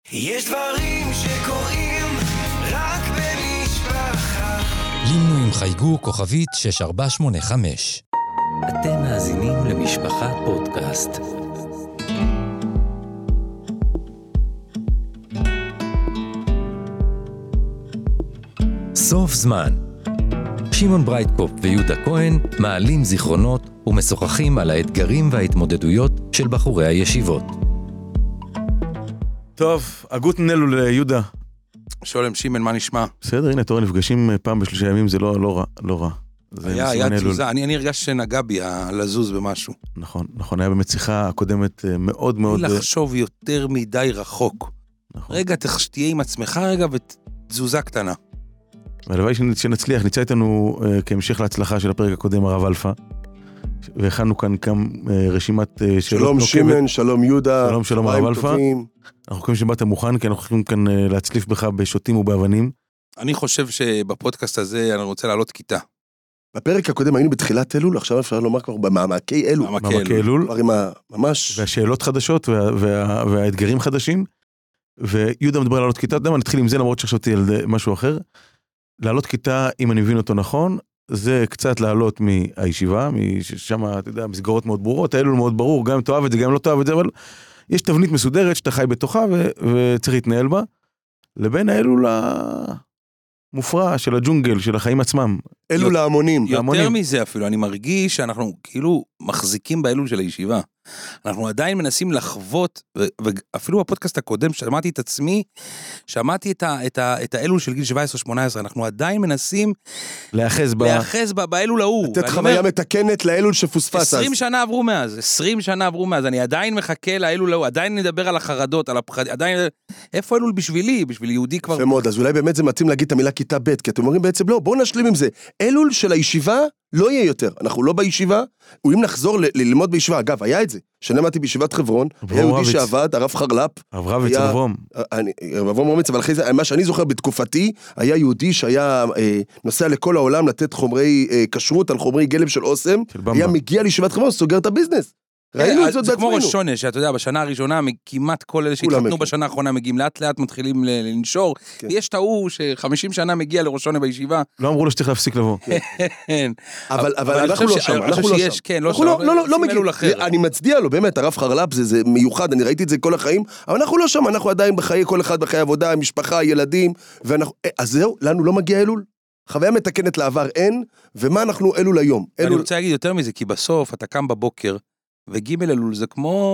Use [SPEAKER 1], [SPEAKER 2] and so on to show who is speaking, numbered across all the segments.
[SPEAKER 1] יש דברים שקורים רק במשפחה.
[SPEAKER 2] לינו עם חייגו כוכבית 6485.
[SPEAKER 1] אתם מאזינים למשפחה פודקאסט.
[SPEAKER 2] סוף זמן. שמעון ברייטקופ ויהודה כהן מעלים זיכרונות ומשוחחים על האתגרים וההתמודדויות של בחורי הישיבות.
[SPEAKER 3] טוב, הגוטן אלו ליהודה.
[SPEAKER 4] שואלם שימן, מה נשמע?
[SPEAKER 3] בסדר, הנה, תורה, נפגשים פעם בשלושה ימים, זה לא רע.
[SPEAKER 4] היה תזוזה, אני הרגש שנגע בי לזוז במשהו.
[SPEAKER 3] נכון, היה באמת שיחה הקודמת מאוד מאוד...
[SPEAKER 4] לחשוב יותר מדי רחוק. רגע, תהיה עם עצמך רגע ותזוזה קטנה.
[SPEAKER 3] והלוואי שנצליח, נמצא איתנו כהמשך להצלחה של הפרק הקודם, הרב אלפא, והכנו כאן גם רשימת שאלות
[SPEAKER 5] שלום שימן, שלום יהודה,
[SPEAKER 3] שלום הרב אלפא. אנחנו קוראים שבאת מוכן, כי אנחנו הולכים כאן להצליף בך בשוטים ובאבנים.
[SPEAKER 4] אני חושב שבפודקאסט הזה אני רוצה לעלות כיתה.
[SPEAKER 5] בפרק הקודם היינו בתחילת אלול, עכשיו אפשר לומר כבר במעמקי אלול.
[SPEAKER 3] מעמקי אלול.
[SPEAKER 5] כבר עם ממש...
[SPEAKER 3] והשאלות חדשות והאתגרים חדשים. ויהודה מדבר לעלות כיתה, נתחיל עם זה למרות שחשבתי על משהו אחר. לעלות כיתה, אם אני מבין אותו נכון, זה קצת לעלות מהישיבה, שם, אתה יודע, מסגרות מאוד ברורות, האלול מאוד ברור, גם אם תאהב את זה, גם אם לא תאהב את זה, אבל יש תבנית מסודרת שאתה חי בתוכה וצריך להתנהל בה, לבין האלול המופרע של הג'ונגל, של החיים עצמם.
[SPEAKER 5] אלול ההמונים.
[SPEAKER 4] יותר מזה אפילו, אני מרגיש שאנחנו כאילו מחזיקים באלול של הישיבה. אנחנו עדיין מנסים לחוות, ואפילו בפודקאסט הקודם, שמעתי את עצמי, שמעתי את האלול של גיל 17-18, אנחנו עדיין מנסים להאחז באלול ההוא.
[SPEAKER 5] לתת חוויה מתקנת לאלול שפוספס.
[SPEAKER 4] 20 שנה עברו מאז, אני עדיין מחכה לאלול ההוא, עדיין נדבר על החרדות, על הפחד, עדיין, איפה אלול בשבילי? בשביל יהודי כבר...
[SPEAKER 5] ומאוד, אז אולי באמת זה מתאים להגיד את המילה כיתה ב', כי אתם אומרים בעצם לא, בואו נשלים עם זה. אלול של הישיבה לא יהיה יותר, אנחנו לא בישיבה, אם נחזור ללמוד בישיבה, אגב, היה את זה, שנמדתי בישיבת חברון, היה יהודי שעבד, הרב חרל"פ,
[SPEAKER 3] הרב רביץ אברום,
[SPEAKER 5] אבל אחרי זה, מה שאני זוכר בתקופתי, היה יהודי שהיה נוסע לכל העולם לתת חומרי כשרות על חומרי גלם של אוסם, היה מגיע לישיבת חברון, סוגר את הביזנס. ראינו את זאת בעצמנו.
[SPEAKER 4] זה כמו ראש שונה, שאתה יודע, בשנה הראשונה, כמעט כל אלה שהתחתנו בשנה האחרונה, מגיעים לאט לאט, מתחילים לנשור, ויש טעו ש50 שנה מגיע לראש שונה בישיבה.
[SPEAKER 3] לא אמרו לו שצריך להפסיק לבוא.
[SPEAKER 5] אבל אנחנו לא שם, לא מגיעים. אני מצדיע לו, באמת, הרב חרל"פ זה מיוחד, אני ראיתי את זה כל החיים, אבל אנחנו לא שם, אנחנו עדיין בחיי כל אחד, בחיי עבודה, משפחה, ילדים, אז זהו, לנו לא מגיע אלול. חוויה מתקנת לעבר אין, ומה אנחנו אלול היום?
[SPEAKER 4] אני רוצה להגיד יותר מזה, כי בסוף אתה קם בבוקר, וג' אלול זה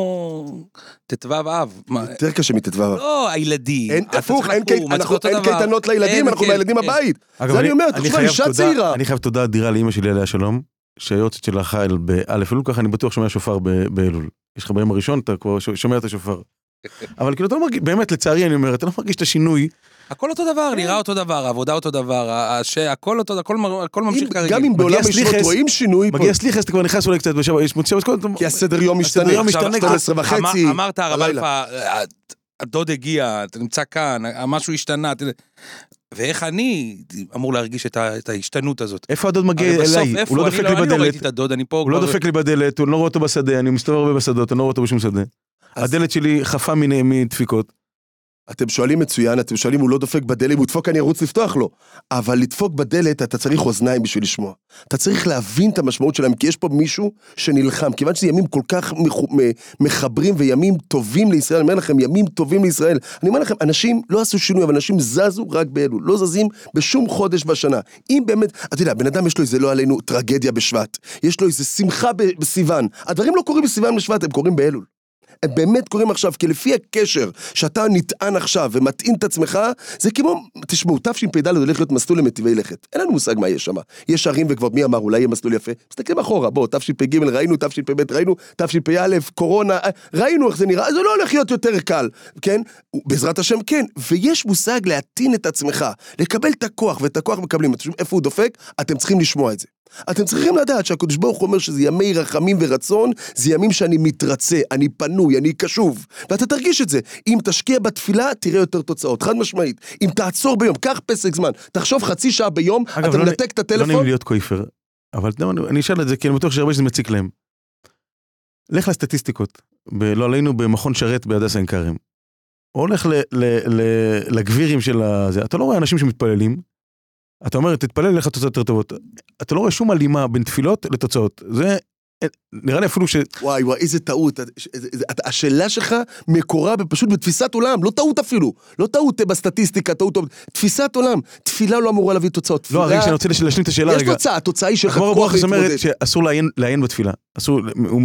[SPEAKER 4] כמו תתוו אב.
[SPEAKER 5] יותר קשה מתתוו אב.
[SPEAKER 4] לא, הילדים.
[SPEAKER 5] הפוך, אין קייטנות לילדים, אנחנו מהילדים הבית. זה אני אומר, תחשוב, אישה צעירה.
[SPEAKER 3] אני חייב תודה אדירה לאמא שלי עליה שלום, שהיורצת שלה חייל באלף אלול, ככה אני בטוח שומע שופר באלול. יש לך ביום הראשון, אתה כבר שומע את השופר. אבל כאילו אתה לא מרגיש, באמת לצערי אני אומר, אתה לא מרגיש את השינוי.
[SPEAKER 4] הכל אותו דבר, נראה אותו דבר, העבודה אותו דבר, הכל אותו, הכל ממשיך כרגע.
[SPEAKER 5] גם אם בעולם ישרות רואים שינוי פה.
[SPEAKER 3] מגיע סליחס, אתה כבר נכנס אולי קצת בשבוע, יש מוצא,
[SPEAKER 5] כי הסדר יום משתנה, 12:30.
[SPEAKER 4] אמרת הרב אלפא, הדוד הגיע, אתה נמצא כאן, משהו השתנה, ואיך אני אמור להרגיש את ההשתנות הזאת?
[SPEAKER 3] איפה הדוד מגיע אליי? הוא לא דופק לי בדלת, הוא לא דופק לי בדלת, הוא לא רואה אותו בשדה, אני מסתובב הרבה בשדות, אני לא רואה אותו בשום שדה. הדלת שלי חפה מדפיקות.
[SPEAKER 5] אתם שואלים מצוין, אתם שואלים הוא לא דופק בדלת, הוא דפוק אני ארוץ לפתוח לו, אבל לדפוק בדלת אתה צריך אוזניים בשביל לשמוע, אתה צריך להבין את המשמעות שלהם, כי יש פה מישהו שנלחם, כיוון שזה ימים כל כך מחברים וימים טובים לישראל, אני אומר לכם ימים טובים לישראל, אני אומר לכם אנשים לא עשו שינוי, אבל אנשים זזו רק באלול, לא זזים בשום חודש בשנה, אם באמת, אתה יודע, בן אדם יש לו איזה לא עלינו טרגדיה בשבט, יש לו איזה שמחה בסיוון, הדברים לא קורים בסיוון בשבט, הם קורים באלול. הם באמת קוראים עכשיו, כי לפי הקשר שאתה נטען עכשיו ומתאים את עצמך, זה כמו, תשמעו, תשפ"ד הולך להיות מסלול למטיבי לכת. אין לנו מושג מה יש שם. יש ערים וכבר מי אמר, אולי יהיה מסלול יפה. מסתכלים אחורה, בוא, תשפ"ג ראינו, תשפ"ב ראינו, תשפ"א, קורונה, ראינו איך זה נראה, זה לא הולך להיות יותר קל, כן? בעזרת השם כן. ויש מושג להטעין את עצמך, לקבל את הכוח, ואת הכוח מקבלים. איפה הוא דופק? אתם צריכים לשמוע את זה. אתם צריכים לדעת שהקדוש ברוך הוא אומר שזה ימי רחמים ורצון, זה ימים שאני מתרצה, אני פנוי, אני קשוב, ואתה תרגיש את זה. אם תשקיע בתפילה, תראה יותר תוצאות, חד משמעית. אם תעצור ביום, קח פסק זמן, תחשוב חצי שעה ביום, אתה מנתק את הטלפון.
[SPEAKER 3] לא נעים להיות כויפר, אבל אני אשאל את זה, כי אני בטוח שהרבה שזה מציק להם. לך לסטטיסטיקות, לא עלינו במכון שרת בהדסה עין כרם. או הולך לגבירים של הזה, אתה לא רואה אנשים שמתפללים, אתה אומר, תתפלל לך תוצאות יותר טובות. אתה לא רואה שום הלימה בין תפילות לתוצאות. זה נראה לי אפילו
[SPEAKER 5] וואי, איזה טעות. השאלה שלך מקורה פשוט בתפיסת עולם, לא טעות אפילו. לא טעות בסטטיסטיקה, טעות. תפיסת עולם. תפילה לא אמורה להביא תוצאות.
[SPEAKER 3] לא, רגע, שאני רוצה להשלים את השאלה רגע.
[SPEAKER 5] יש תוצאה, התוצאה היא שלך
[SPEAKER 3] כוח להתמודד. זאת אומרת שאסור לעיין בתפילה. אסור,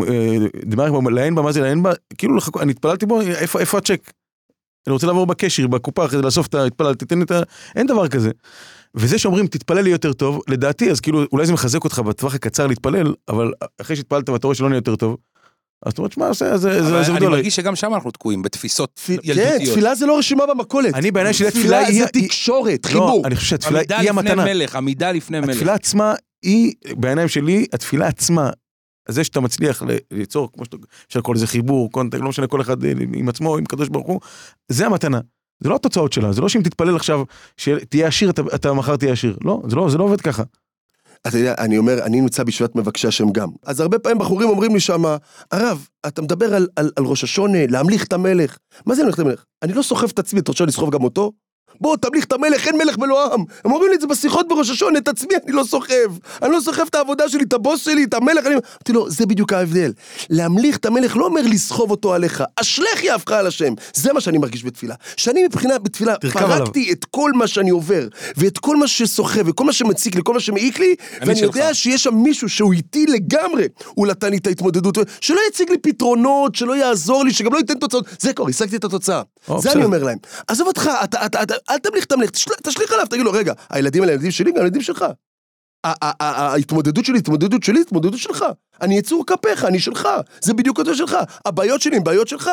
[SPEAKER 3] דמר לעיין בה, מה זה לעיין בה? כאילו, אני התפללתי בו, איפה הצ'ק? אני רוצה לעבור בקשר, בקופה, אחרי זה לאסוף את ההתפלל, תתן את אין דבר כזה. וזה שאומרים, תתפלל לי יותר טוב, לדעתי, אז כאילו, אולי זה מחזק אותך בטווח הקצר להתפלל, אבל אחרי שהתפללת ואתה רואה שלא נהיה יותר טוב, אז אתה אומר, שמה, זה
[SPEAKER 4] אני מרגיש שגם שם אנחנו תקועים, בתפיסות ילדותיות.
[SPEAKER 5] כן, תפילה זה לא רשימה במכולת.
[SPEAKER 3] אני בעיניי שלי,
[SPEAKER 5] תפילה זה תקשורת, חיבור.
[SPEAKER 3] אני חושב שהתפילה היא המתנה.
[SPEAKER 4] עמידה לפני מלך.
[SPEAKER 3] התפילה עצמה היא, בעיניים שלי, התפילה עצמה, זה שאתה מצליח ליצור, כמו שאתה קורא לזה חיבור, קונטקט, לא משנה כל אחד עם עצמו, עם קדוש ברוך הוא, זה המתנה. זה לא התוצאות שלה, זה לא שאם תתפלל עכשיו, שתהיה עשיר, אתה מחר תהיה עשיר. לא, זה לא עובד ככה.
[SPEAKER 5] אתה יודע, אני אומר, אני נמצא בשביעת מבקשי השם גם. אז הרבה פעמים בחורים אומרים לי שמה, הרב, אתה מדבר על ראש השונה, להמליך את המלך. מה זה להמליך את המלך? אני לא סוחב את עצמי, אתה רוצה לסחוב גם אותו? בוא, תמליך את המלך, אין מלך בלא עם. הם אומרים לי את זה בשיחות בראש השונה, את עצמי אני לא סוחב. אני לא סוחב את העבודה שלי, את הבוס שלי, את המלך. אמרתי לו, זה בדיוק ההבדל. להמליך את המלך לא אומר לסחוב אותו עליך. אשלך יהפך על השם. זה מה שאני מרגיש בתפילה. שאני מבחינה בתפילה פרקתי את כל מה שאני עובר, ואת כל מה שסוחב, וכל מה שמציק לי, כל מה שמעיק לי, ואני יודע שיש שם מישהו שהוא איתי לגמרי. הוא נתן לי את ההתמודדות, שלא יציג לי פתרונות, שלא יעזור לי, שגם לא ייתן תוצאות. זה כבר, השגתי את התוצאה. זה אני אומר להם. עזוב אותך, אל תמליך, תשליך עליו, תגיד לו, רגע, הילדים האלה, הילדים שלי, גם הילדים שלך. ההתמודדות שלי, התמודדות שלי, התמודדות שלך. אני יצור כפיך, אני שלך. זה בדיוק אותו שלך. הבעיות שלי, הבעיות שלך.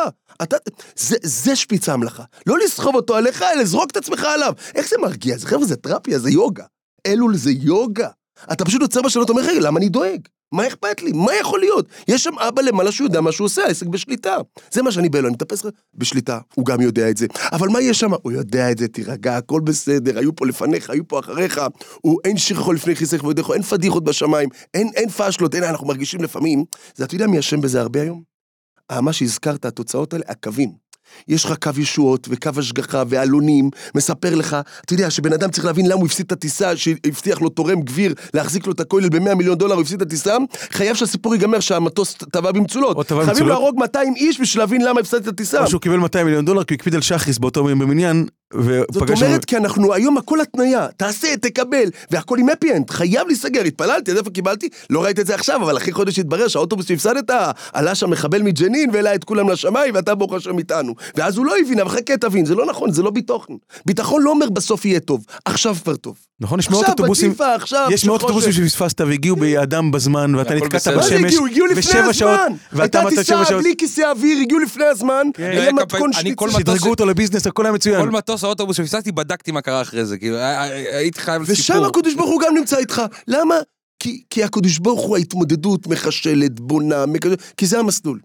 [SPEAKER 5] זה שפיצה המלאכה. לא לסחוב אותו עליך, אלא לזרוק את עצמך עליו. איך זה מרגיע? זה חבר'ה, זה תרפיה, זה יוגה. אלול זה יוגה. אתה פשוט יוצר בשאלות, אומר, רגע, למה אני דואג? מה אכפת לי? מה יכול להיות? יש שם אבא למעלה שהוא יודע מה שהוא עושה, העסק בשליטה. זה מה שאני באלו, אני מטפס בשליטה, הוא גם יודע את זה. אבל מה יש שם? הוא יודע את זה, תירגע, הכל בסדר, היו פה לפניך, היו פה אחריך, אין שכחו לפני חיסך ויודעך, אין פדיחות בשמיים, אין פשלות, אנחנו מרגישים לפעמים. זה אתה יודע מי אשם בזה הרבה היום? מה שהזכרת, התוצאות האלה, הקווים. יש לך קו ישועות וקו השגחה ואלונים, מספר לך, אתה יודע שבן אדם צריך להבין למה הוא הפסיד את הטיסה, שהבטיח לו תורם גביר להחזיק לו את הכולל ב$100 מיליון, הוא הפסיד את הטיסה, חייב שהסיפור ייגמר שהמטוס טבע במצולות, חייבים להרוג 200 איש בשביל להבין למה הפסיד את הטיסה.
[SPEAKER 3] או שהוא קיבל $200 מיליון, כי הוא הקפיד על שחריס באותו יום במניין,
[SPEAKER 5] זאת אומרת, כי אנחנו היום הכל התניה, תעשה, תקבל, והכל עם אפי-אנד, חייב להיסגר, התפללתי, עד איפה קיבלתי, לא ראית את זה עכשיו, אבל אחרי חודש התברר שהאוטובוס שהפסדת, עלה שם מחבל מג'נין, והעלה את כולם לשמיים, ואתה ברוך השם איתנו. ואז הוא לא הבין, אבל חכה תבין, זה לא נכון, זה לא ביטחון. ביטחון לא אומר בסוף יהיה טוב, עכשיו כבר טוב.
[SPEAKER 3] נכון, יש מאות אוטובוסים, יש מאות אוטובוסים שפספסת והגיעו ביעדם בזמן, ואתה נתקעת בשמש, ב7 שעות, ואתה
[SPEAKER 5] הייתה טיסה בלי כיסא אוויר, הגיעו לפני הזמן, היה מתכון
[SPEAKER 3] שדרגו אותו לביזנס, הכל היה מצוין.
[SPEAKER 4] כל מטוס האוטובוס שפסקתי, בדקתי מה קרה אחרי זה, כאילו, הייתי חייב לסיפור.
[SPEAKER 5] ושם הקדוש ברוך הוא גם נמצא איתך, למה? כי הקדוש ברוך הוא ההתמודדות מחשלת, בונה, כי זה המסלול.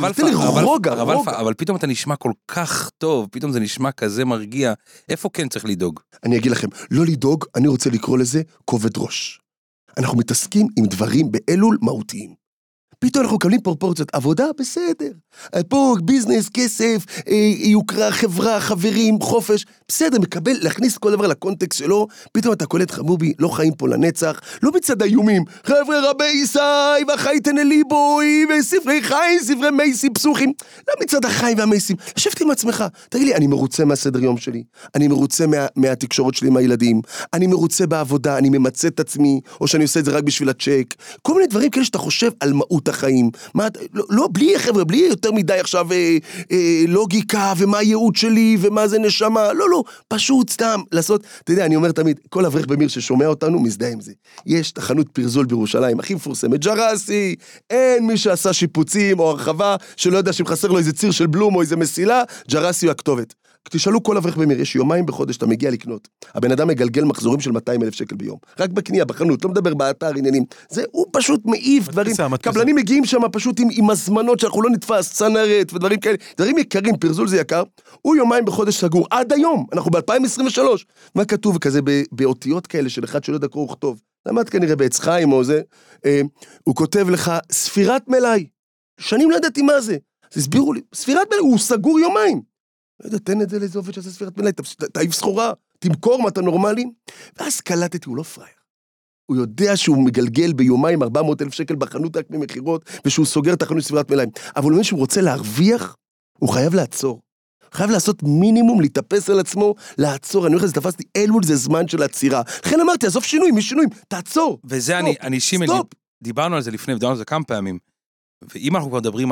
[SPEAKER 4] אבל פתאום אתה נשמע כל כך טוב, פתאום זה נשמע כזה מרגיע, איפה כן צריך לדאוג?
[SPEAKER 5] אני אגיד לכם, לא לדאוג, אני רוצה לקרוא לזה כובד ראש. אנחנו מתעסקים עם דברים באלול מהותיים. פתאום אנחנו מקבלים פרופורציות, עבודה בסדר, פה ביזנס, כסף, יוקרה, חברה, חברים, חופש, בסדר, מקבל, להכניס כל דבר לקונטקסט שלו, פתאום אתה קולט חבובי, לא חיים פה לנצח, לא מצד האיומים, חבר'ה רבי ישי, והחייתן אליבוי, וספרי חיים, ספרי מייסים פסוחים, לא מצד החיים והמייסים, לשבת עם עצמך, תגיד לי, אני מרוצה מהסדר יום שלי, אני מרוצה מהתקשורת שלי עם הילדים, אני מרוצה בעבודה, אני ממצא את עצמי, או שאני עושה את זה רק בשביל הצ'ק, כל מיני דברים כאלה שאתה חושב על מהות החיים, לא, בלי חבר'ה, בלי יותר מדי עכשיו לוגיקה, ומה הייעוד שלי, ומה זה נשמה, לא, פשוט סתם לעשות, אתה יודע, אני אומר תמיד, כל אברך במיר ששומע אותנו, מזדהה עם זה. יש תחנות פרזול בירושלים, הכי מפורסמת, ג'רסי, אין מי שעשה שיפוצים או הרחבה, שלא יודע שאם חסר לו איזה ציר של בלום או איזה מסילה, ג'רסי הוא הכתובת. תשאלו כל אברך במיר, יש יומיים בחודש, אתה מגיע לקנות. הבן אדם מגלגל מחזורים של 200,000 שקל ביום. רק בקנייה, בחנות, לא מדבר באתר עניינים. זה, הוא פשוט מעיף דברים. קבלנים מגיעים שם פשוט עם הזמנות שאנחנו לא נתפס, צנרת ודברים כאלה. דברים יקרים, פרזול זה יקר. הוא יומיים בחודש סגור, עד היום. אנחנו ב-2023. מה כתוב כזה באותיות כאלה של אחד שלא יודע קרוא וכתוב? למד כנראה בעץ חיים או זה. הוא כותב לך, ספירת מלאי. שנים לא ידעתי מה זה. אז הסבירו לי, ספירת מלאי, הוא סגור יומיים. לא יודע, תן את זה לאיזה עובד שעשה ספירת מלאי, תעיף סחורה, תמכור מה אתה נורמלי, ואז קלטתי, הוא לא פרייר. הוא יודע שהוא מגלגל ביומיים 400,000 שקל בחנות רק ממחירות, ושהוא סוגר את החנות ספירת מלאי. אבל אם שהוא רוצה להרוויח, הוא חייב לעצור. חייב לעשות מינימום, להתאפס על עצמו, לעצור. אני אומר לך, זה תפסתי, אלול זה זמן של עצירה. לכן אמרתי, עזוב שינויים, מי שינויים? תעצור.
[SPEAKER 4] וזה אני שימל, דיברנו על זה לפני, ודיברנו על זה כמה פעמים. ואם אנחנו כבר מדברים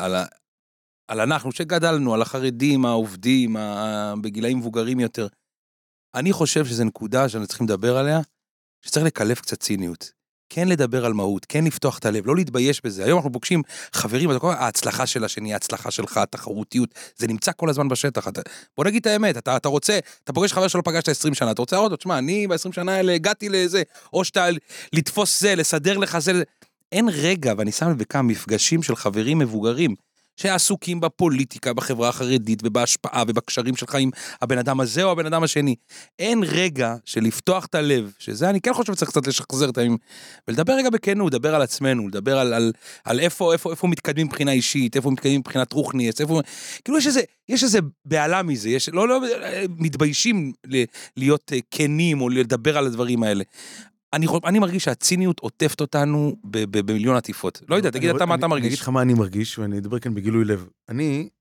[SPEAKER 4] על אנחנו שגדלנו, על החרדים, העובדים, בגילאים מבוגרים יותר, אני חושב שזו נקודה שאנחנו צריכים לדבר עליה, שצריך לקלף קצת ציניות. כן לדבר על מהות, כן לפתוח את הלב, לא להתבייש בזה. היום אנחנו פוגשים חברים, ההצלחה של השני, ההצלחה שלך, התחרותיות, זה נמצא כל הזמן בשטח. בוא נגיד את האמת, אתה רוצה, אתה פוגש חבר שלא פגשת 20 שנה, אתה רוצה עוד, תשמע, אני ב-20 שנה האלה הגעתי לזה, או שאתה לתפוס זה, לסדר לך זה, אין רגע, ואני שם בכמה מפגשים של חברים מבוגרים, שעסוקים בפוליטיקה, בחברה החרדית, ובהשפעה, ובקשרים שלך עם הבן אדם הזה או הבן אדם השני. אין רגע של לפתוח את הלב, שזה אני כן חושב שצריך קצת לשחזר את הימים, ולדבר רגע בכנות, לדבר על עצמנו, לדבר על איפה מתקדמים מבחינה אישית, איפה מתקדמים מבחינת רוחניאס, איפה, כאילו יש איזה בעלה מזה, לא מתביישים להיות כנים, או לדבר על הדברים האלה. אני מרגיש שהציניות עוטפת אותנו במיליון עטיפות. לא יודע, תגיד אתה מה אתה מרגיש.
[SPEAKER 3] אני אגיד לך מה אני מרגיש, ואני אדבר כאן בגילוי לב. אני,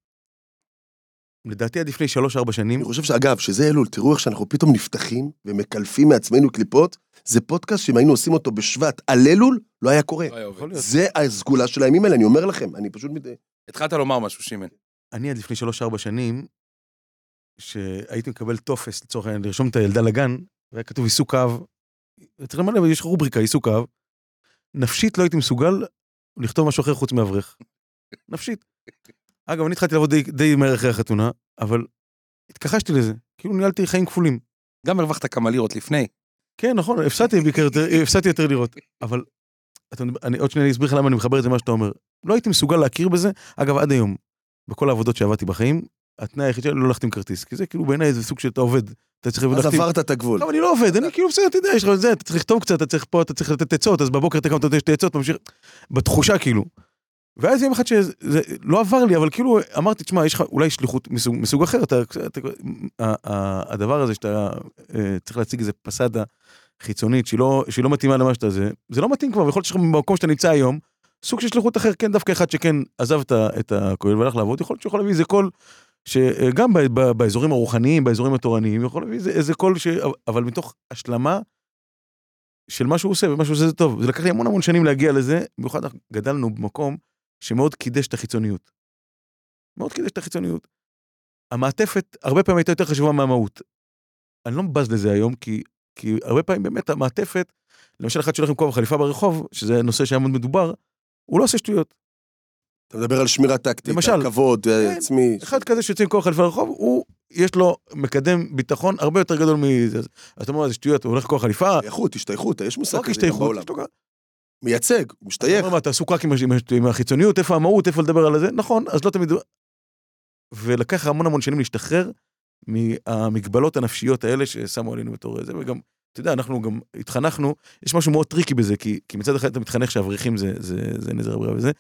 [SPEAKER 3] לדעתי עד לפני 3-4 שנים,
[SPEAKER 5] אני חושב שאגב, שזה אלול, תראו איך שאנחנו פתאום נפתחים ומקלפים מעצמנו קליפות, זה פודקאסט שאם היינו עושים אותו בשבט על אלול, לא היה קורה. זה הסגולה של הימים האלה, אני אומר לכם, אני פשוט
[SPEAKER 4] התחלת לומר משהו, שימן.
[SPEAKER 3] אני עד לפני 3-4 שנים, שהייתי מקבל טופס, לצורך העניין, לרשום את הילדה לגן, והיה כתוב עיסוק אב, צריך לומר, יש רובריקה, עיסוק אב, נפשית לא הייתי מסוגל לכתוב משהו אחר חוץ מאברך. נפשית. אגב, אני התחלתי לעבוד די מהר אחרי החתונה, אבל התכחשתי לזה, כאילו ניהלתי חיים כפולים.
[SPEAKER 4] גם הרווחת כמה לירות לפני.
[SPEAKER 3] כן, נכון, הפסדתי יותר לירות, אבל עוד שנייה אני אסביר לך למה אני מחבר את זה מה שאתה אומר. לא הייתי מסוגל להכיר בזה, אגב, עד היום, בכל העבודות שעבדתי בחיים, התנאי היחיד שלי לא להחתים כרטיס, כי זה כאילו בעיניי זה סוג שאתה עובד, אתה צריך
[SPEAKER 5] אז עברת את הגבול.
[SPEAKER 3] לא, אני לא עובד, אני כאילו בסדר, אתה יודע, יש לך את זה, אתה צריך לכתוב קצת, אתה צריך פה, אתה צריך לתת עצות, אז בבוקר אתה נותן שתי עצות, ממשיך, בתחושה כאילו. ואז יום אחד שזה לא עבר לי, אבל כאילו אמרתי, תשמע, יש לך אולי שליחות מסוג אחר, הדבר הזה שאתה צריך להציג איזה פסדה חיצונית, שהיא לא מתאימה למה שאתה זה, זה לא מתאים כבר, ויכול להיות שיש לך במקום שאתה נמצא היום, סוג של שליחות אחר, כן, דווקא אחד שכן עזב את הכולל והלך לעבוד, יכול להיות שיכול להביא איזה קול, שגם באזורים הרוחניים, באזורים התורניים, יכול להביא איזה קול, אבל מתוך השלמה של מה שהוא עושה, ומה שהוא עושה זה טוב. זה לקח לי המון שנים להגיע לזה, במיוחד גדלנו במקום שמאוד קידש את החיצוניות. מאוד קידש את החיצוניות. המעטפת הרבה פעמים הייתה יותר חשובה מהמהות. אני לא מבז לזה היום, כי הרבה פעמים באמת המעטפת, למשל אחד שהולך עם כובע חליפה ברחוב, שזה נושא שהיה מאוד מדובר, הוא לא עושה שטויות.
[SPEAKER 5] אתה מדבר על שמירה טקטית,
[SPEAKER 3] למשל,
[SPEAKER 5] כבוד עצמי.
[SPEAKER 3] אחד כזה שיוצא עם כובע חליפה ברחוב, יש לו מקדם ביטחון הרבה יותר גדול מזה. אתה אומר, זה שטויות, הוא הולך עם כובע חליפה.
[SPEAKER 5] השתייכות, יש מושג כזה בעולם. מייצג, הוא משתייך.
[SPEAKER 3] אתה עסוק רק עם החיצוניות, איפה המהות, איפה לדבר על זה, נכון, אז לא תמיד... ולקח המון שנים להשתחרר מהמגבלות הנפשיות האלה ששמו עלינו בתור זה, וגם, אתה יודע, אנחנו גם התחנכנו, יש משהו מאוד טריקי בזה, כי מצד אחד אתה מתחנך שהאברכים זה נזר הבריאה וזה,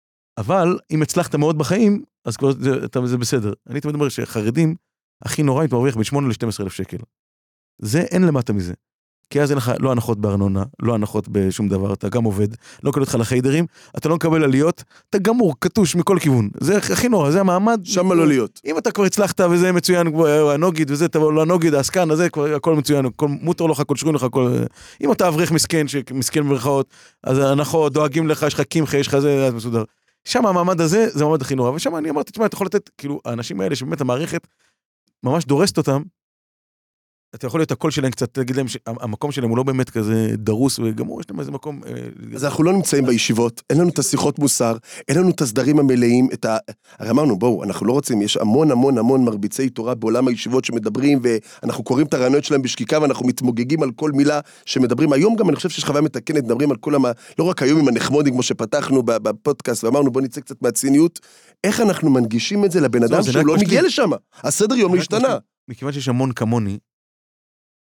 [SPEAKER 3] אבל אם הצלחת מאוד בחיים, אז כבר זה בסדר. אני תמיד אומר שחרדים, הכי נורא, אתה מרוויח בין 8 ל-12,000 שקל. זה אין למטה מזה. כי אז אין לך לא הנחות בארנונה, לא הנחות בשום דבר, אתה גם עובד, לא קורא אותך לחיידרים, אתה לא מקבל עליות, אתה גמור, קטוש מכל כיוון. זה הכי נורא, זה המעמד.
[SPEAKER 5] שם לא להיות.
[SPEAKER 3] אם אתה כבר הצלחת וזה מצוין, הנוגית וזה, לא הנוגית, העסקן הזה, הכל מצוין, מותר לך, הכל שרוין לך, הכל... אם אתה אברך מסכן, שמסכן במרכאות, אז הנחות, דואגים לך, יש לך קמחה, יש לך זה, מסודר. שם המעמד הזה, זה המעמד הכי נורא. ושם אני אמרתי, תשמע, אתה יכול לתת, כאילו, האנשים האלה שבאמת המערכת ממש דורסת אותם, אתה יכול להיות הקול שלהם קצת, תגיד להם שהמקום שלהם הוא לא באמת כזה דרוס וגמור, יש להם איזה מקום...
[SPEAKER 5] אז אנחנו לא נמצאים בישיבות, אין לנו את השיחות מוסר, אין לנו את הסדרים המלאים, הרי אמרנו, בואו, אנחנו לא רוצים, יש המון מרביצי תורה בעולם הישיבות שמדברים, ואנחנו קוראים את הרעיונות שלהם בשקיקה, ואנחנו מתמוגגים על כל מילה שמדברים. היום גם אני חושב שיש חוויה מתקנת, מדברים על כל לא רק היום עם הנחמודים, כמו שפתחנו בפודקאסט, ואמרנו, בוא נצא קצת מהציניות, איך אנחנו מנגישים את זה לבן אדם שהוא לא מגיע לשם. הסדר יום השתנה.
[SPEAKER 3] מכיוון שיש המון כמוני,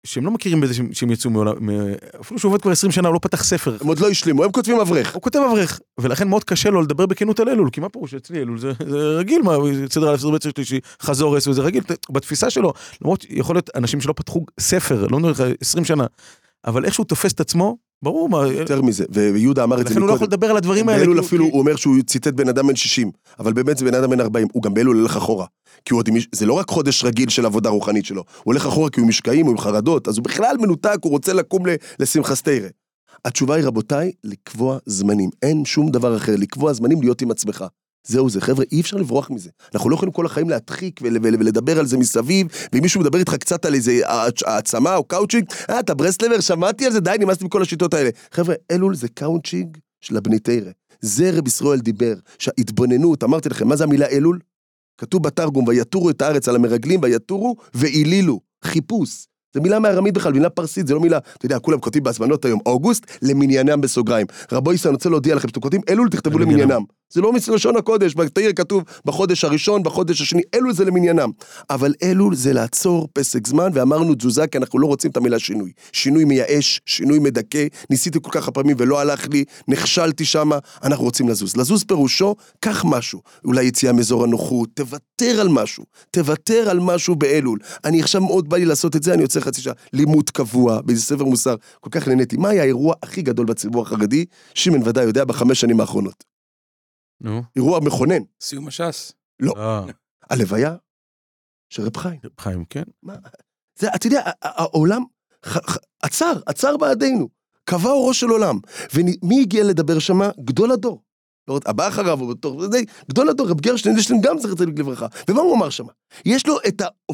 [SPEAKER 3] שהם לא מכירים בזה שהם יצאו מעולם, אפילו שהוא עובד כבר 20 שנה, הוא לא פתח ספר.
[SPEAKER 5] הם עוד לא השלימו, הם כותבים אברך.
[SPEAKER 3] הוא כותב אברך, ולכן מאוד קשה לו לדבר בכנות על אלול, כי מה פירוש אצלי אלול? זה רגיל, מה, סדר א' סדר ב' סדר שלישי, חזור וזה רגיל, בתפיסה שלו, למרות יכול להיות אנשים שלא פתחו ספר, לא נראה 20 שנה, אבל איך שהוא תופס את עצמו, ברור מה...
[SPEAKER 5] יותר מזה, ויהודה אמר את זה
[SPEAKER 3] לכן הוא לא יכול לדבר על הדברים האלה.
[SPEAKER 5] באלול אפילו הוא אומר שהוא ציטט בן אדם בן 60, אבל באמת זה בן אדם בן 40, הוא גם באלול הולך אחורה, כי זה לא רק חודש רגיל של עבודה רוחנית שלו, הוא הולך אחורה כי הוא משקעים, הוא עם חרדות, אז הוא בכלל מנותק, הוא רוצה לקום לשמחה סתירה. התשובה היא רבותיי, לקבוע זמנים, אין שום דבר אחר, לקבוע זמנים להיות עם עצמך. זהו זה, חבר'ה, אי אפשר לברוח מזה. אנחנו לא יכולים כל החיים להדחיק ולדבר על זה מסביב, ואם מישהו מדבר איתך קצת על איזה העצמה או קאוצ'ינג, אתה ברסלבר, שמעתי על זה, די, נמאסתי מכל השיטות האלה. חבר'ה, אלול זה קאוצ'ינג של הבני תורה. זה רב ישראל דיבר, שההתבוננות, אמרתי לכם, מה זה המילה אלול? כתוב בתרגום, ויתורו את הארץ על המרגלים, ויתורו ואילילו, חיפוש. זה מילה מארמית בכלל, מילה פרסית, זה לא מילה, אתה יודע, כולם כותבים בהזמנות היום, אוגוסט, למניינם בסוגריים. רבו ישראל, אני רוצה להודיע לכם, שאתם כותבים, אלול תכתבו למניינם. זה לא לשון הקודש, בתאיר כתוב בחודש הראשון, בחודש השני, אלול זה למניינם. אבל אלול זה לעצור פסק זמן, ואמרנו תזוזה, כי אנחנו לא רוצים את המילה שינוי. שינוי מייאש, שינוי מדכא, ניסיתי כל כך הפעמים ולא הלך לי, נכשלתי שמה, אנחנו רוצים לזוז. לזוז פירושו, קח משהו, אולי יציאה מאזור הנוחות, תוותר על משהו, תוותר על משהו באלול. אני עכשיו מאוד בא לי לעשות את זה, אני יוצא חצי שעה, לימוד קבוע, באיזה ספר מוסר, כל כך נהניתי. מה היה האירוע הכי גדול בציבור החרדי? שמעון ודאי יודע ב5 שנים האחרונות. אירוע מכונן.
[SPEAKER 4] סיום הש"ס.
[SPEAKER 5] לא. הלוויה של רב חיים.
[SPEAKER 3] רב חיים, כן.
[SPEAKER 5] זה, אתה יודע, העולם עצר בעדינו. קבע אורו של עולם. ומי הגיע לדבר שמה? גדול הדור. הבא אחריו, גדול הדור, רב גרשטיין, יש להם גם זכר צדיק לברכה. ומה הוא אמר שמה? יש לו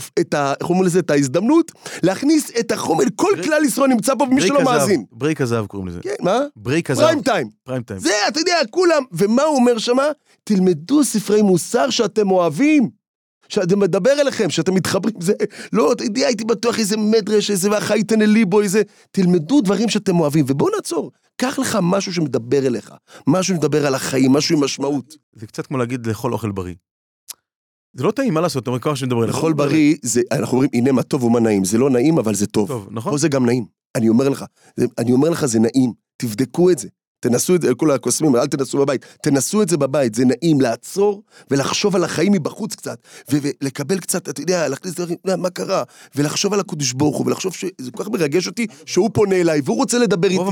[SPEAKER 5] את ההזדמנות להכניס את החומר, כל כלל ישראל נמצא פה ומי שלא מאזין.
[SPEAKER 3] ברייק הזהב קוראים לזה.
[SPEAKER 5] כן, מה?
[SPEAKER 3] ברייק הזהב.
[SPEAKER 5] פריים טיים. זה, אתה יודע, כולם. ומה הוא אומר שמה? תלמדו ספרי מוסר שאתם אוהבים. שאתם מדבר אליכם, שאתם מתחברים. זה, לא, אתה יודע, הייתי בטוח איזה מדרש, איזה והחייתן אליבו, איזה... תלמדו דברים שאתם אוהבים, ובואו נעצור. קח לך משהו שמדבר אליך, משהו שמדבר על החיים, משהו עם משמעות.
[SPEAKER 3] זה קצת כמו להגיד לאכול אוכל בריא. זה לא טעים, מה לעשות? אתה אומר כמה שמדבר אליך.
[SPEAKER 5] לאכול בריא, אנחנו אומרים, הנה מה טוב ומה נעים. זה לא נעים, אבל זה טוב.
[SPEAKER 3] טוב, נכון?
[SPEAKER 5] פה זה גם נעים. אני אומר לך, זה נעים. תבדקו את זה. תנסו את זה, כל הקוסמים, אל תנסו בבית. תנסו את זה בבית, זה נעים לעצור ולחשוב על החיים מבחוץ קצת, ולקבל קצת, אתה יודע, להכניס דברים, מה קרה? ולחשוב על הקודש ברוך הוא, ולחשוב שזה כל כך מרגש אותי, שהוא פונה אליי, והוא רוצה לדבר איתי.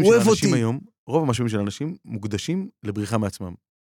[SPEAKER 3] רוב המשאבים של אנשים מוקדשים לבריחה מעצמם.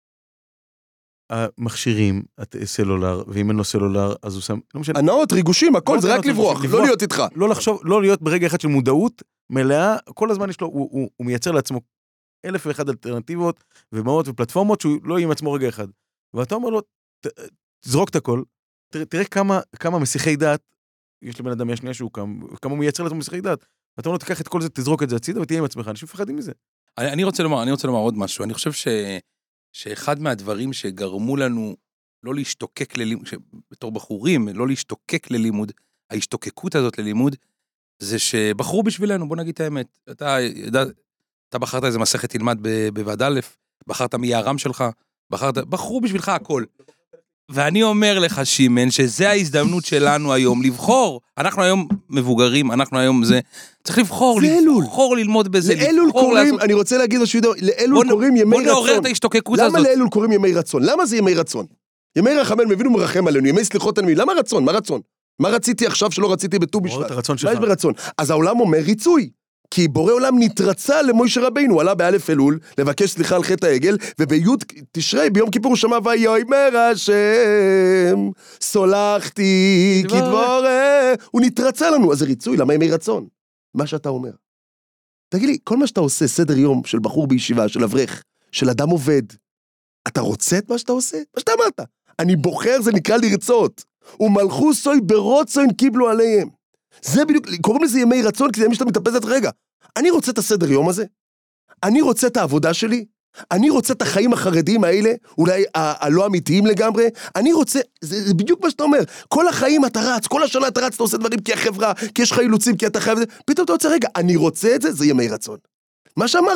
[SPEAKER 3] המכשירים, סלולר, ואם אין לו סלולר, אז הוא שם, לא משנה.
[SPEAKER 5] הנאות, ריגושים, הכל זה רק לברוח, לא להיות איתך.
[SPEAKER 3] לא לחשוב, לא להיות ברגע אחד של מודעות מלאה, כל הזמן יש לו, הוא מייצר לעצמו 1,001 אלטרנטיבות ומאות ופלטפורמות שהוא לא יהיה עם עצמו רגע אחד. ואתה אומר לו, תזרוק את הכל, תראה כמה מסיחי דעת, יש לבן אדם השנייה שהוא קם, כמה הוא מייצר לעצמו מסיחי דעת, ואתה אומר לו, תיקח את כל זה, תזרוק את זה הצידה ותהיה עם עצמך, אנשים מפחדים מזה.
[SPEAKER 4] אני רוצה לומר עוד משהו, אני חושב שאחד מהדברים שגרמו לנו לא להשתוקק ללימוד, בתור בחורים, לא להשתוקק ללימוד, ההשתוקקות הזאת ללימוד, זה שבחרו בשבילנו, בוא נגיד את האמת, אתה בחרת איזה מסכת תלמד בוועד א', בחרת מיערם שלך, בחרו בשבילך הכל. ואני אומר לך, שימן, שזה ההזדמנות שלנו היום, לבחור. אנחנו היום מבוגרים, אנחנו היום זה, צריך לבחור ללמוד בזה.
[SPEAKER 5] לאלול קוראים, אני רוצה להגיד לו שידור, לאלול קוראים ימי רצון.
[SPEAKER 4] בוא נעורר את ההשתוקקות הזאת.
[SPEAKER 5] למה לאלול קוראים ימי רצון? למה זה ימי רצון? ימי רחמן מבינו מרחם עלינו, ימי סליחות עלינו, למה רצון? מה רצון? מה רציתי עכשיו שלא רציתי בט"ו בשבט? מה יש ברצון? אז העולם אומר ריצוי. כי בורא עולם נתרצה למוישה רבינו, עלה באלף אלול, לבקש סליחה על חטא העגל, וביוד תשרי, ביום כיפור הוא שמע, ויאמר השם, סולחתי, כדבורה, הוא נתרצה לנו, אז זה ריצוי, למה ימי רצון? מה שאתה אומר. תגיד לי, כל מה שאתה עושה, סדר יום של בחור בישיבה, של אברך, של אדם עובד, אתה רוצה את מה שאתה עושה? מה שאתה אמרת. אני בוחר, זה נקרא לרצות. ומלכו סוי ברוצוין קיבלו עליהם. זה בדיוק, קוראים לזה ימי רצון, כי זה ימי שאתה מתאפסת רגע. אני רוצה את הסדר יום הזה, אני רוצה את העבודה שלי, אני רוצה את החיים החרדיים האלה, אולי הלא אמיתיים לגמרי, אני רוצה, זה בדיוק מה שאתה אומר, כל החיים אתה רץ, כל השנה אתה רץ, אתה עושה דברים כי החברה, כי יש לך אילוצים, כי אתה חייב, פתאום אתה רוצה רגע, אני רוצה את זה, זה ימי רצון. מה שאמרת,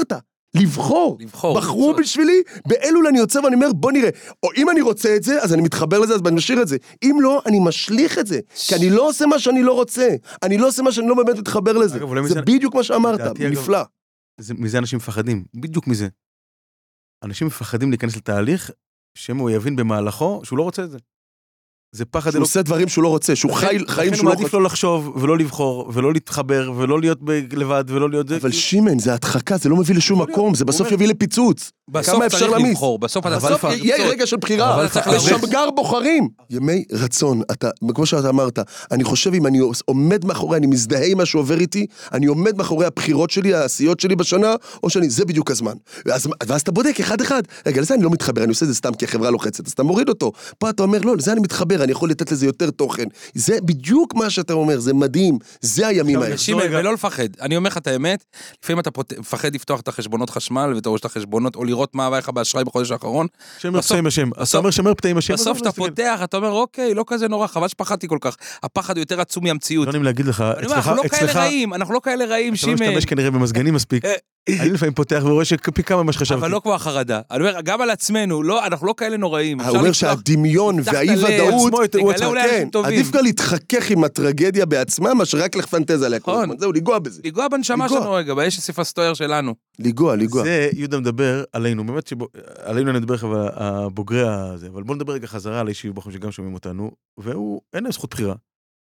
[SPEAKER 5] לבחור. בחרו בשבילי, באלול אני יוצא ואני אומר, בוא נראה, או אם אני רוצה את זה, אז אני מתחבר לזה, אז אני משאיר את זה. אם לא, אני משליך את זה, כי אני לא עושה מה שאני לא רוצה. אני לא עושה מה שאני לא באמת מתחבר לזה. זה בדיוק מה שאמרת, נפלא.
[SPEAKER 3] מזה אנשים מפחדים, בדיוק מזה. אנשים מפחדים להיכנס לתהליך, שהם הוא יבין במהלכו, שהוא לא רוצה את זה. זה פחד...
[SPEAKER 5] שהוא עושה דברים שהוא לא רוצה, שהוא חיים שהוא לא רוצה.
[SPEAKER 3] לכן הוא מעדיף לא לחשוב, ולא לבחור, ולא להתחבר, ולא להיות לבד, ולא להיות...
[SPEAKER 5] אבל שימן, זה הדחקה, זה לא מביא לשום מקום, זה בסוף יביא לפיצוץ.
[SPEAKER 4] בסוף צריך לבחור, בסוף
[SPEAKER 5] יהיה רגע של בחירה, לשמגר בוחרים. ימי רצון, כמו שאתה אמרת, אני חושב אם אני עומד מאחורי, אני מזדהה עם מה שעובר איתי, אני עומד מאחורי הבחירות שלי, העשיות שלי בשנה, או שאני, זה בדיוק הזמן. ואז אתה בודק אחד אחד, רגע, לזה אני לא מתחבר, אני עושה זה סתם כי החברה לוחצת, אז אתה מוריד אותו. פה אתה אומר, לא, לזה אני מתחבר, אני יכול לתת לזה יותר תוכן. זה בדיוק מה שאתה אומר, זה מדהים, זה הימים האלה.
[SPEAKER 4] ולא לפחד. אני אומר לך את האמת, לפעמים אתה מפחד לפתוח את החשבונות חשמל ותראש את החשבונות או לראות מה עבר לך באשראי בחודש האחרון.
[SPEAKER 3] שמר פתאים השם. אתה אומר שמר פתאים השם.
[SPEAKER 4] בסוף אתה פותח, אתה אומר, אוקיי, לא כזה נורא, חבל שפחדתי כל כך. הפחד הוא יותר עצום מהמציאות.
[SPEAKER 3] לא נעים להגיד לך,
[SPEAKER 4] אנחנו לא כאלה רעים,
[SPEAKER 3] שימן. אתה משתמש כנראה במזגנים מספיק. אני לפעמים פותח ורואה שפי כמה מה שחשבתי.
[SPEAKER 4] אבל לא כמו החרדה. אני אומר, גם על עצמנו, אנחנו לא כאלה נוראים.
[SPEAKER 5] הוא אומר שהדמיון והאי-ודאות, עדיף גם להתחכך עם הטרגדיה בעצמה, מה שרק לחפנטז עליה. זהו, לגוע בזה.
[SPEAKER 4] לגוע בנשמה שלנו רגע, באש הסיפסטויר שלנו.
[SPEAKER 5] לגוע.
[SPEAKER 3] זה יהודה מדבר עלינו, באמת שעלינו נדבר לך הבוגרי הזה, אבל בוא נדבר רגע חזרה על אישי בחור שגם שומעים אותנו, והוא, אין להם זכות בחירה.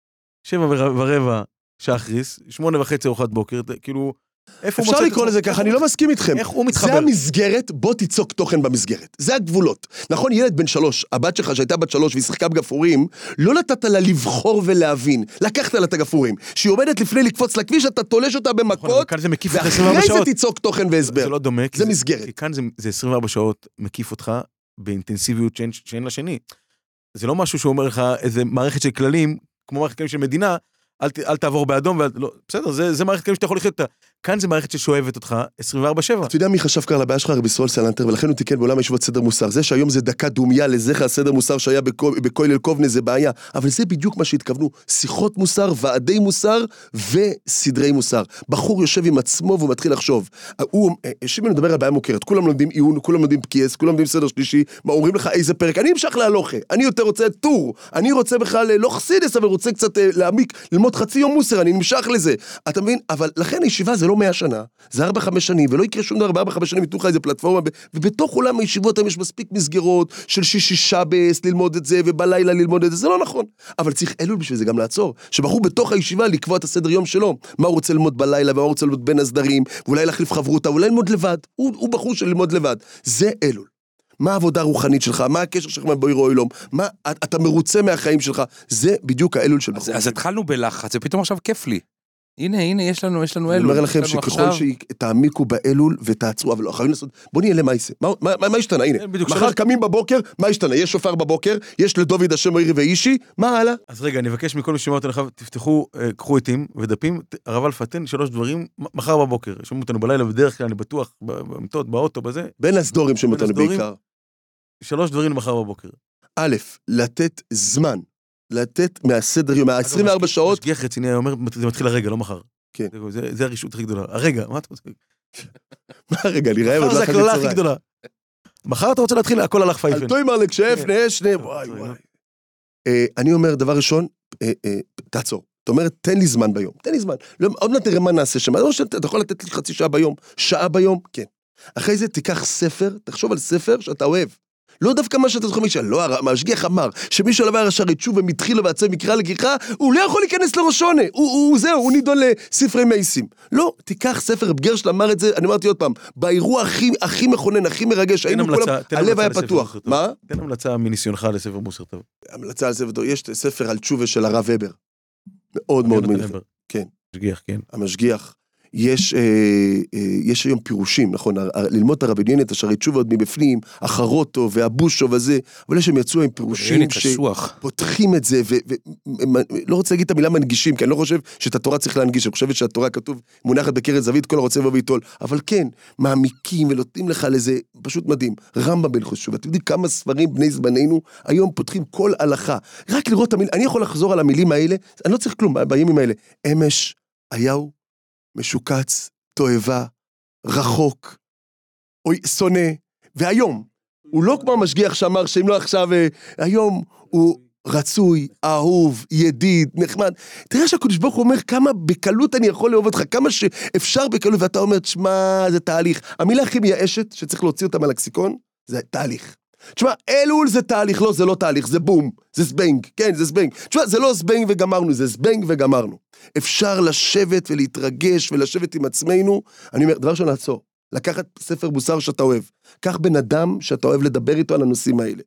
[SPEAKER 3] 7:15 שחריס, 8:30 ארוחת בוקר, כאילו,
[SPEAKER 5] אפשר לקרוא לזה ככה, אני לא מסכים איתכם.
[SPEAKER 3] איך הוא מתחבר?
[SPEAKER 5] זה המסגרת, בוא תיצוק תוכן במסגרת. זה הגבולות. נכון, ילד בן 3, הבת שלך שהייתה בת 3 והיא שיחקה בגפורים, לא נתת לה לבחור ולהבין. לקחת לה את הגפורים. שהיא עומדת לפני לקפוץ לכביש, אתה תולש אותה במכות, ואחרי זה תיצוק תוכן והסבר.
[SPEAKER 3] זה לא דומה.
[SPEAKER 5] זה מסגרת.
[SPEAKER 3] כי כאן זה 24 שעות מקיף אותך באינטנסיביות שאין לשני. זה לא משהו שאומר לך איזה מערכת של כללים, כמו מערכת כללים של מדינה, אל תעבור באדום, בסדר, זה מערכת כללים שאתה יכול לחיות אותה. כאן זה מערכת ששואבת אותך 24/7.
[SPEAKER 5] אתה יודע מי חשב כאן לבעיה שלך? רבי ישראל סלנטר, ולכן הוא תיקן בעולם הישיבות סדר מוסר. זה שהיום זה דקה דומיה לזכר הסדר מוסר שהיה בכולל קובנה, זה בעיה. אבל זה בדיוק מה שהתכוונו, שיחות מוסר, ועדי מוסר וסדרי מוסר. בחור יושב עם עצמו והוא מתחיל לחשוב. שימן מדבר על בעיה מוכרת, כולם לומדים עיון, כולם לומדים פקייס, כולם לומדים סדר שלישי, מה אומרים לך איזה פרק? אני המשך להלוכה, אני יותר רוצה טור, אני רוצה בכלל לא חסידס, אבל רוצה קצת להעמיק, ללמוד חצי יום מוסר, אני נמשך לזה. אתה מבין? אבל לכן הישיבה זה לא 100 שנה, זה 4-5 שנים, ולא יקרה שום דבר, 4-5 שנים יתנו לך איזה פלטפורמה, ובתוך עולם הישיבות יש מספיק מסגרות של שישי שבס ללמוד את זה, ובלילה ללמוד את זה, זה לא נכון. אבל צריך אלול בשביל זה גם לעצור, שבחור בתוך הישיבה לקבוע את הסדר יום שלו, מה הוא רוצה ללמוד בלילה, ומה הוא רוצה ללמוד בין הסדרים, ואולי להחליף חברותה, ואולי ללמוד לבד. הוא בחור של ללמוד לבד. זה אלול. מה העבודה הרוחנית שלך? מה הקשר שלך מבויר או אילום? מה, אתה מרוצה מהחיים שלך? זה בדיוק האלול של בחור.
[SPEAKER 4] אז התחלנו בלחץ, ופתאום עכשיו כיף לי. הנה, יש לנו אלול.
[SPEAKER 5] אני אומר לכם שככל שתעמיקו באלול ותעצרו, אבל לא, חייבים לעשות, בוא נהיה למעשה. מה השתנה? הנה, מחר קמים בבוקר, מה השתנה? יש שופר בבוקר, יש לדוד השם מאירי ואישי, מה הלאה?
[SPEAKER 3] אז רגע, אני אבקש מכל מי ששומע אותנו, תפתחו, קחו עטים ודפים, הרב אלפתן 3 דברים, מחר בבוקר, שומעים אותנו בלילה, בדרך כלל אני בטוח, במיטות, באוטו, בזה.
[SPEAKER 5] בין הסדורים שומעים אותנו בעיקר.
[SPEAKER 3] 3 דברים למחר בבוקר.
[SPEAKER 5] א', לתת זמן, לתת מהסדר יום, מה-24 שעות.
[SPEAKER 3] משגיח רציני אומר, זה מתחיל הרגע, לא מחר.
[SPEAKER 5] כן.
[SPEAKER 3] זה הרשות הכי גדולה. הרגע, מה אתה רוצה?
[SPEAKER 5] מה הרגע, אני רעב,
[SPEAKER 3] מחר זה הכללה הכי גדולה. מחר אתה רוצה להתחיל, הכל הלך פייפן.
[SPEAKER 5] אל תאמר לקשף, נשנה, וואי. אני אומר, דבר ראשון, תעצור. אתה אומר, תן לי זמן ביום, תן לי זמן. עוד מעט תראה מה נעשה שם. אתה יכול לתת לי חצי שעה ביום, שעה ביום, כן. אחרי זה תיקח ספר, תחשוב על ספר שאתה אוהב. לא דווקא מה שאתה זוכר מישהו, לא, המשגיח אמר, שמישהו לבא רשע יתשוב ומתחיל לו ועצב מקרא לגיחה, הוא לא יכול להיכנס לראשונה, זהו, הוא נידון לספרי מייסים. לא, תיקח ספר, גרשל אמר את זה, אני אמרתי עוד פעם, באירוע הכי מכונן, הכי מרגש, היינו כולם, הלב היה פתוח. מה?
[SPEAKER 3] תן המלצה מניסיונך לספר מוסר טוב.
[SPEAKER 5] המלצה על ספר טוב, יש ספר על תשובה של הרב ובר. מאוד מאוד מיוחד. כן.
[SPEAKER 3] המשגיח, כן.
[SPEAKER 5] המשגיח. יש היום פירושים, נכון, ללמוד את הרבניאנית, השערי תשובה עוד מבפנים, החרוטו והבושו וזה, אבל יש הם יצאו עם פירושים שפותחים את זה, ולא רוצה להגיד את המילה מנגישים, כי אני לא חושב שאת התורה צריך להנגיש, אני חושבת שהתורה כתוב מונחת בקרת זווית, כל הרוצה בו ויטול, אבל כן, מעמיקים ונותנים לך לזה, פשוט מדהים, רמב"ם בן חשוב, אתם יודעים כמה ספרים בני זמננו, היום פותחים כל הלכה, רק לראות את המילים, אני יכול לחזור על המילים האלה, אני לא צריך כלום בימים האלה, אמש, היהו, משוקץ, תואבה, רחוק, או שונא, והיום, הוא לא כמו המשגיח שאמר שאם לא עכשיו, היום הוא רצוי, אהוב, ידיד, נחמד. תראה שהקדוש ברוך הוא אומר כמה בקלות אני יכול לאהוב אותך, כמה שאפשר בקלות, ואתה אומר, תשמע, זה תהליך. המילה הכי מייאשת שצריך להוציא אותה מהלקסיקון, זה תהליך. תשמע, אלול זה תהליך, לא, זה לא תהליך, זה בום, זה סבנג, כן, זה סבנג. תשמע, זה לא סבנג וגמרנו, זה סבנג וגמרנו. אפשר לשבת ולהתרגש ולשבת עם עצמנו. אני אומר, דבר ראשון לעצור, לקחת ספר מוסר שאתה אוהב. קח בן אדם שאתה אוהב לדבר איתו על הנושאים האלה.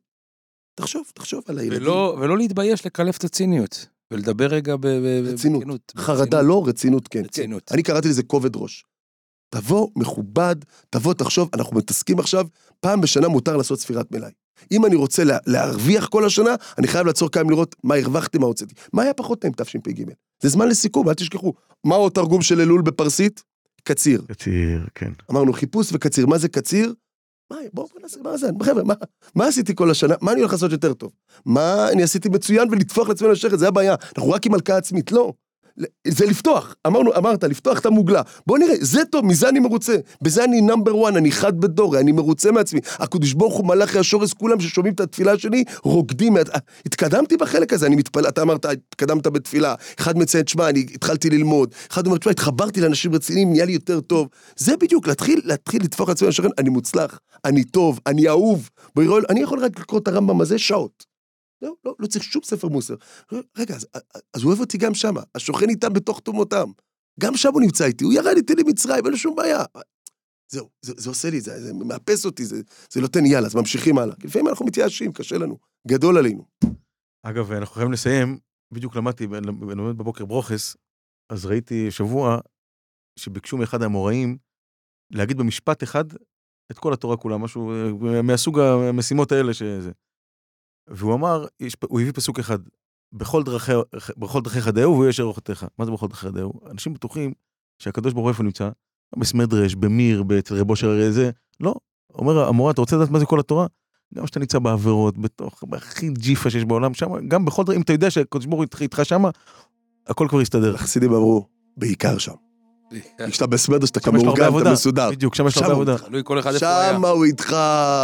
[SPEAKER 5] תחשוב על הילדים.
[SPEAKER 4] ולא להתבייש לקלף את הציניות, ולדבר רגע
[SPEAKER 5] רצינות. חרדה לא, רצינות כן.
[SPEAKER 4] רצינות.
[SPEAKER 5] אני קראתי לזה כובד ראש. תבוא מכובד, תבוא תחשוב, אנחנו מתעסקים עכשיו, פעם בשנה מותר לעשות ספירת מלאי. אם אני רוצה להרוויח כל השנה, אני חייב לעצור כמה לראות מה הרווחתי, מה הוצאתי. מה היה פחות נעים תשפ"ג? זה זמן לסיכום, אל תשכחו. מהו התרגום של אלול בפרסית? קציר.
[SPEAKER 3] קציר, כן.
[SPEAKER 5] אמרנו חיפוש וקציר. מה זה קציר? בואו נעשה, מה זה? חבר'ה, מה עשיתי כל השנה? מה אני הולך לעשות יותר טוב? מה אני עשיתי מצוין ולטפוח לעצמנו לשכת? זה הבעיה. אנחנו רק עם מלכה עצמית, לא. זה לפתוח, אמרת, לפתוח את המוגלה. בוא נראה, זה טוב, מזה אני מרוצה. בזה אני נאמבר 1, אני חד בדור, אני מרוצה מעצמי. הקדוש ברוך הוא מלאכי השורש, כולם ששומעים את התפילה שלי, רוקדים. התקדמתי בחלק הזה, אני מתפלא, אתה אמרת, התקדמת בתפילה. אחד מציין, תשמע, אני התחלתי ללמוד. אחד אומר, תשמע, התחברתי לאנשים רציניים, נהיה לי יותר טוב. זה בדיוק, להתחיל לטפוח לעצמי לשכת, אני מוצלח, אני טוב, אני אהוב. אני יכול רק לקרוא את הרמב"ם הזה שעות. לא צריך שום ספר מוסר. רגע, אז הוא אוהב אותי גם שם, השוכן איתם בתוך תומותם. גם שם הוא נמצא איתי, הוא ירד איתי למצרים, אין לו שום בעיה. זהו, זה עושה לי, זה מאפס אותי, זה נותן יאללה, אז ממשיכים הלאה. לפעמים אנחנו מתייאשים, קשה לנו, גדול עלינו.
[SPEAKER 3] אגב, אנחנו חייבים לסיים, בדיוק למדתי, לומד בבוקר ברוכס, אז ראיתי שבוע שביקשו מאחד המוראים להגיד במשפט אחד את כל התורה כולה, משהו מהסוג המשימות האלה שזה. והוא אמר, הוא הביא פסוק אחד, בכל דרכיך דאהו והוא ישר אורחותיך. מה זה בכל דרכיך דאהו? אנשים בטוחים שהקדוש ברוך הוא איפה נמצא, בסמדרש, במיר, אצל רבו של הרי זה, לא. אומר המורה, אתה רוצה לדעת מה זה כל התורה? גם שאתה נמצא בעבירות, בתוך, הכי ג'יפה שיש בעולם שם, גם בכל דרך, אם אתה יודע שהקדוש ברוך הוא איתך שם, הכל כבר יסתדר.
[SPEAKER 5] החסידים אמרו, בעיקר שם. כשאתה בסמדרש, שאתה כמורגן, אתה מסודר.
[SPEAKER 3] בדיוק, שם יש הרבה עבודה.
[SPEAKER 5] שם הוא איתך.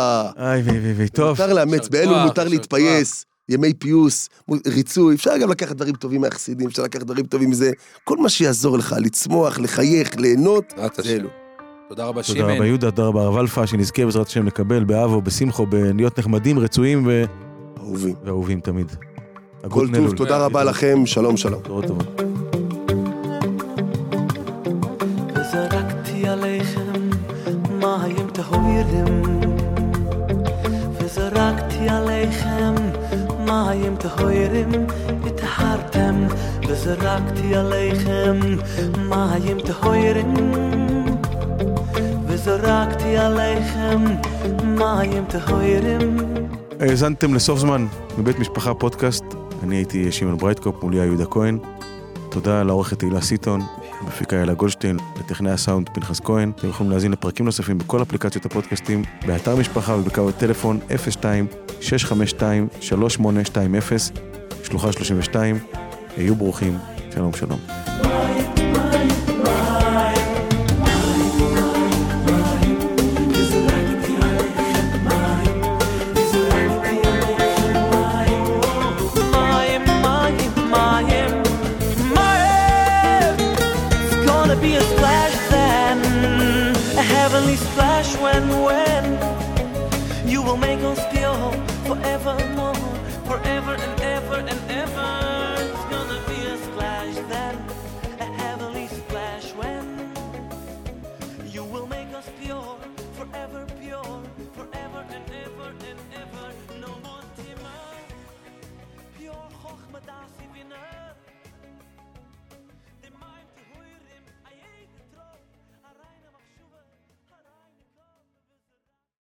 [SPEAKER 3] טוב.
[SPEAKER 5] מותר לאמץ, באלו מותר להתפייס, ימי פיוס, ריצוי, אפשר גם לקחת דברים טובים מהחסידים, אפשר לקחת דברים טובים מזה, כל מה שיעזור לך, לצמוח, לחייך, ליהנות, זה אלו.
[SPEAKER 4] תודה רבה שימן.
[SPEAKER 3] תודה רבה יהודה, תודה רבה הרב אלפה, שנזכה בעזרת השם לקבל באהבה ובשמחו, להיות נחמדים, רצויים ואהובים תמיד.
[SPEAKER 5] כל טוב, תודה רבה לכם, שלום שלום.
[SPEAKER 6] זרקתי עליכם מים טהורים וזרקתי עליכם מים טהורים התחרתם וזרקתי עליכם מים טהורים וזרקתי עליכם מים טהורים.
[SPEAKER 3] האזנתם לסוף זמן מבית משפחה פודקאסט, אני הייתי שמעון ברייטקופ, מולי יהודה כהן. תודה לעורכת תהילה סיטון, מפיקה אלה גולדשטיין, לטכנאי הסאונד פנחס כהן. אתם יכולים להזין לפרקים נוספים בכל אפליקציות הפודקאסטים, באתר משפחה ובקו הטלפון 02-652-3820, שלוחה 32. היו ברוכים, שלום שלום.
[SPEAKER 6] When you will make us pure forevermore, forever and ever and ever.